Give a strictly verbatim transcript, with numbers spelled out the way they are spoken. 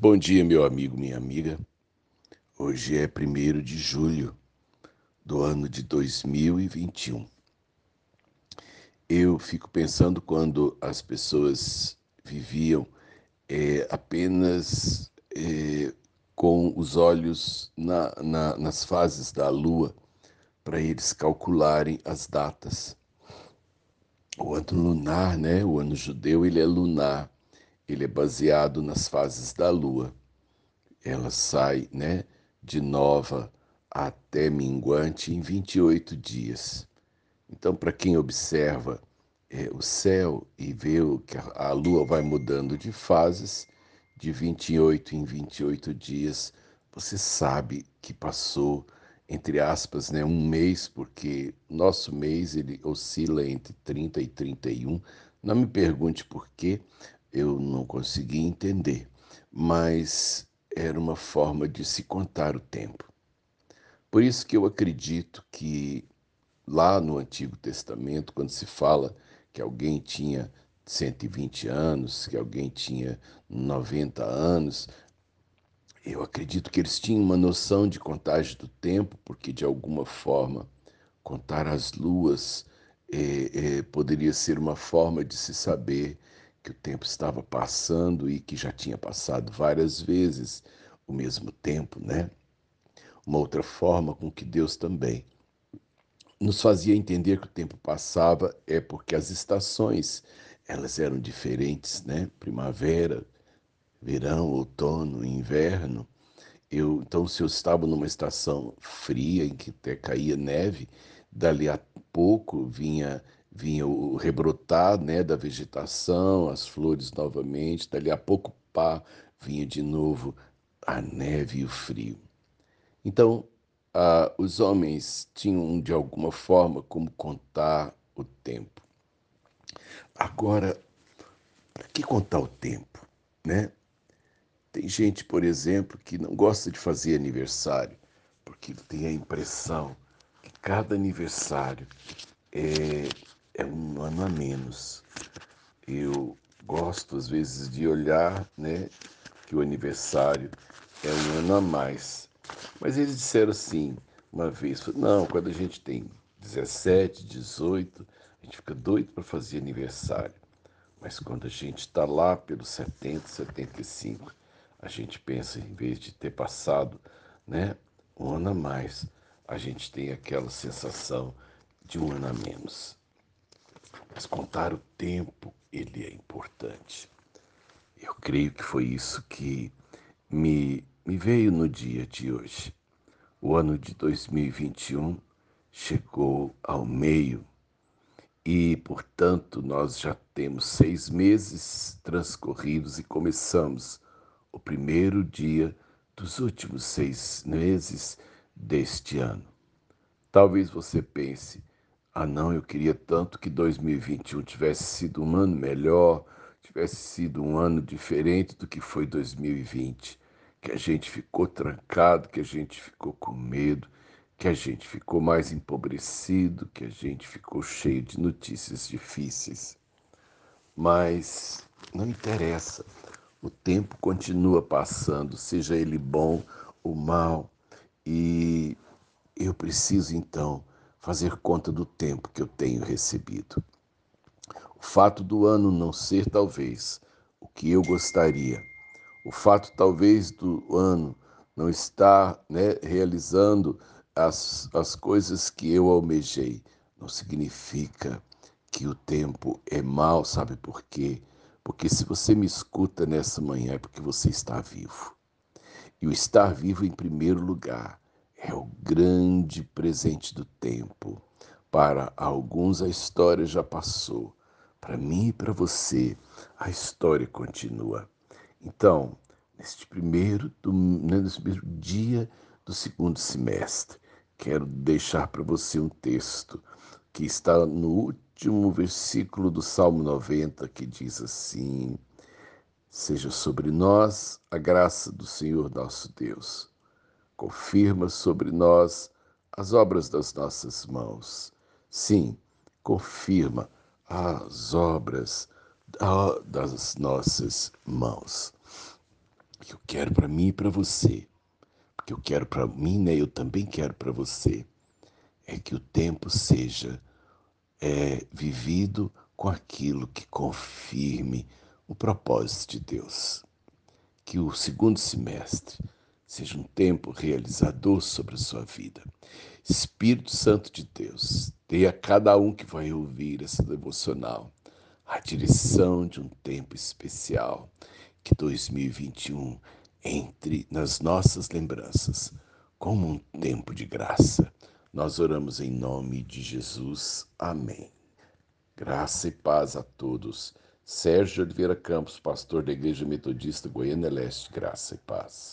Bom dia, meu amigo, minha amiga. Hoje é primeiro de julho do ano de dois mil e vinte e um. Eu fico pensando quando as pessoas viviam é, apenas é, com os olhos na, na, nas fases da lua para eles calcularem as datas. O ano lunar, né? O ano judeu, ele é lunar. Ele é baseado nas fases da lua. Ela sai, né, de nova até minguante em vinte e oito dias. Então, para quem observa é, o céu e vê o que a, a lua vai mudando de fases, de vinte e oito em vinte e oito dias, você sabe que passou, entre aspas, né, um mês, porque nosso mês ele oscila entre trinta e trinta e um. Não me pergunte por quê, eu não consegui entender, mas era uma forma de se contar o tempo. Por isso que eu acredito que lá no Antigo Testamento, quando se fala que alguém tinha cento e vinte anos, que alguém tinha noventa anos, eu acredito que eles tinham uma noção de contagem do tempo, porque de alguma forma contar as luas é, é, poderia ser uma forma de se saber que o tempo estava passando e que já tinha passado várias vezes o mesmo tempo, né? Uma outra forma com que Deus também nos fazia entender que o tempo passava é porque as estações, elas eram diferentes, né? Primavera, verão, outono, inverno. Eu, então, se eu estava numa estação fria em que até caía neve, dali a pouco vinha vinha o rebrotar, né, da vegetação, as flores novamente, dali a pouco pá, vinha de novo a neve e o frio. Então, ah, os homens tinham de alguma forma como contar o tempo. Agora, para que contar o tempo, né? Tem gente, por exemplo, que não gosta de fazer aniversário, porque tem a impressão que cada aniversário é, é um ano a menos. Eu gosto, às vezes, de olhar, né, que o aniversário é um ano a mais. Mas eles disseram assim, uma vez, não, quando a gente tem dezessete, dezoito, a gente fica doido para fazer aniversário. Mas quando a gente está lá pelos setenta, setenta e cinco, a gente pensa, em vez de ter passado, né, um ano a mais, a gente tem aquela sensação de um ano a menos. Mas contar o tempo, ele é importante. Eu creio que foi isso que me, me veio no dia de hoje. O ano de dois mil e vinte e um chegou ao meio e, portanto, nós já temos seis meses transcorridos e começamos o primeiro dia dos últimos seis meses deste ano. Talvez você pense, ah não, eu queria tanto que dois mil e vinte e um tivesse sido um ano melhor, tivesse sido um ano diferente do que foi dois mil e vinte, que a gente ficou trancado, que a gente ficou com medo, que a gente ficou mais empobrecido, que a gente ficou cheio de notícias difíceis. Mas não interessa, o tempo continua passando, seja ele bom ou mal, e eu preciso, então, fazer conta do tempo que eu tenho recebido. O fato do ano não ser, talvez, o que eu gostaria, o fato, talvez, do ano não estar, né, realizando as, as coisas que eu almejei, não significa que o tempo é mau, sabe por quê? Porque se você me escuta nessa manhã é porque você está vivo. E o estar vivo, em primeiro lugar, é o grande presente do tempo. Para alguns, a história já passou. Para mim e para você, a história continua. Então, neste primeiro, do, nesse primeiro dia do segundo semestre, quero deixar para você um texto que está no último versículo do Salmo noventa, que diz assim: seja sobre nós a graça do Senhor nosso Deus. Confirma sobre nós as obras das nossas mãos. Sim, confirma as obras das nossas mãos. O que eu quero para mim e para você, o que eu quero para mim, né? Eu também quero para você, é que o tempo seja é, vivido com aquilo que confirme o propósito de Deus. Que o segundo semestre seja um tempo realizador sobre a sua vida. Espírito Santo de Deus, dê a cada um que vai ouvir essa devocional a direção de um tempo especial. Que dois mil e vinte e um entre nas nossas lembranças como um tempo de graça. Nós oramos em nome de Jesus. Amém. Graça e paz a todos. Sérgio Oliveira Campos, pastor da Igreja Metodista Goiânia Leste, graça e paz.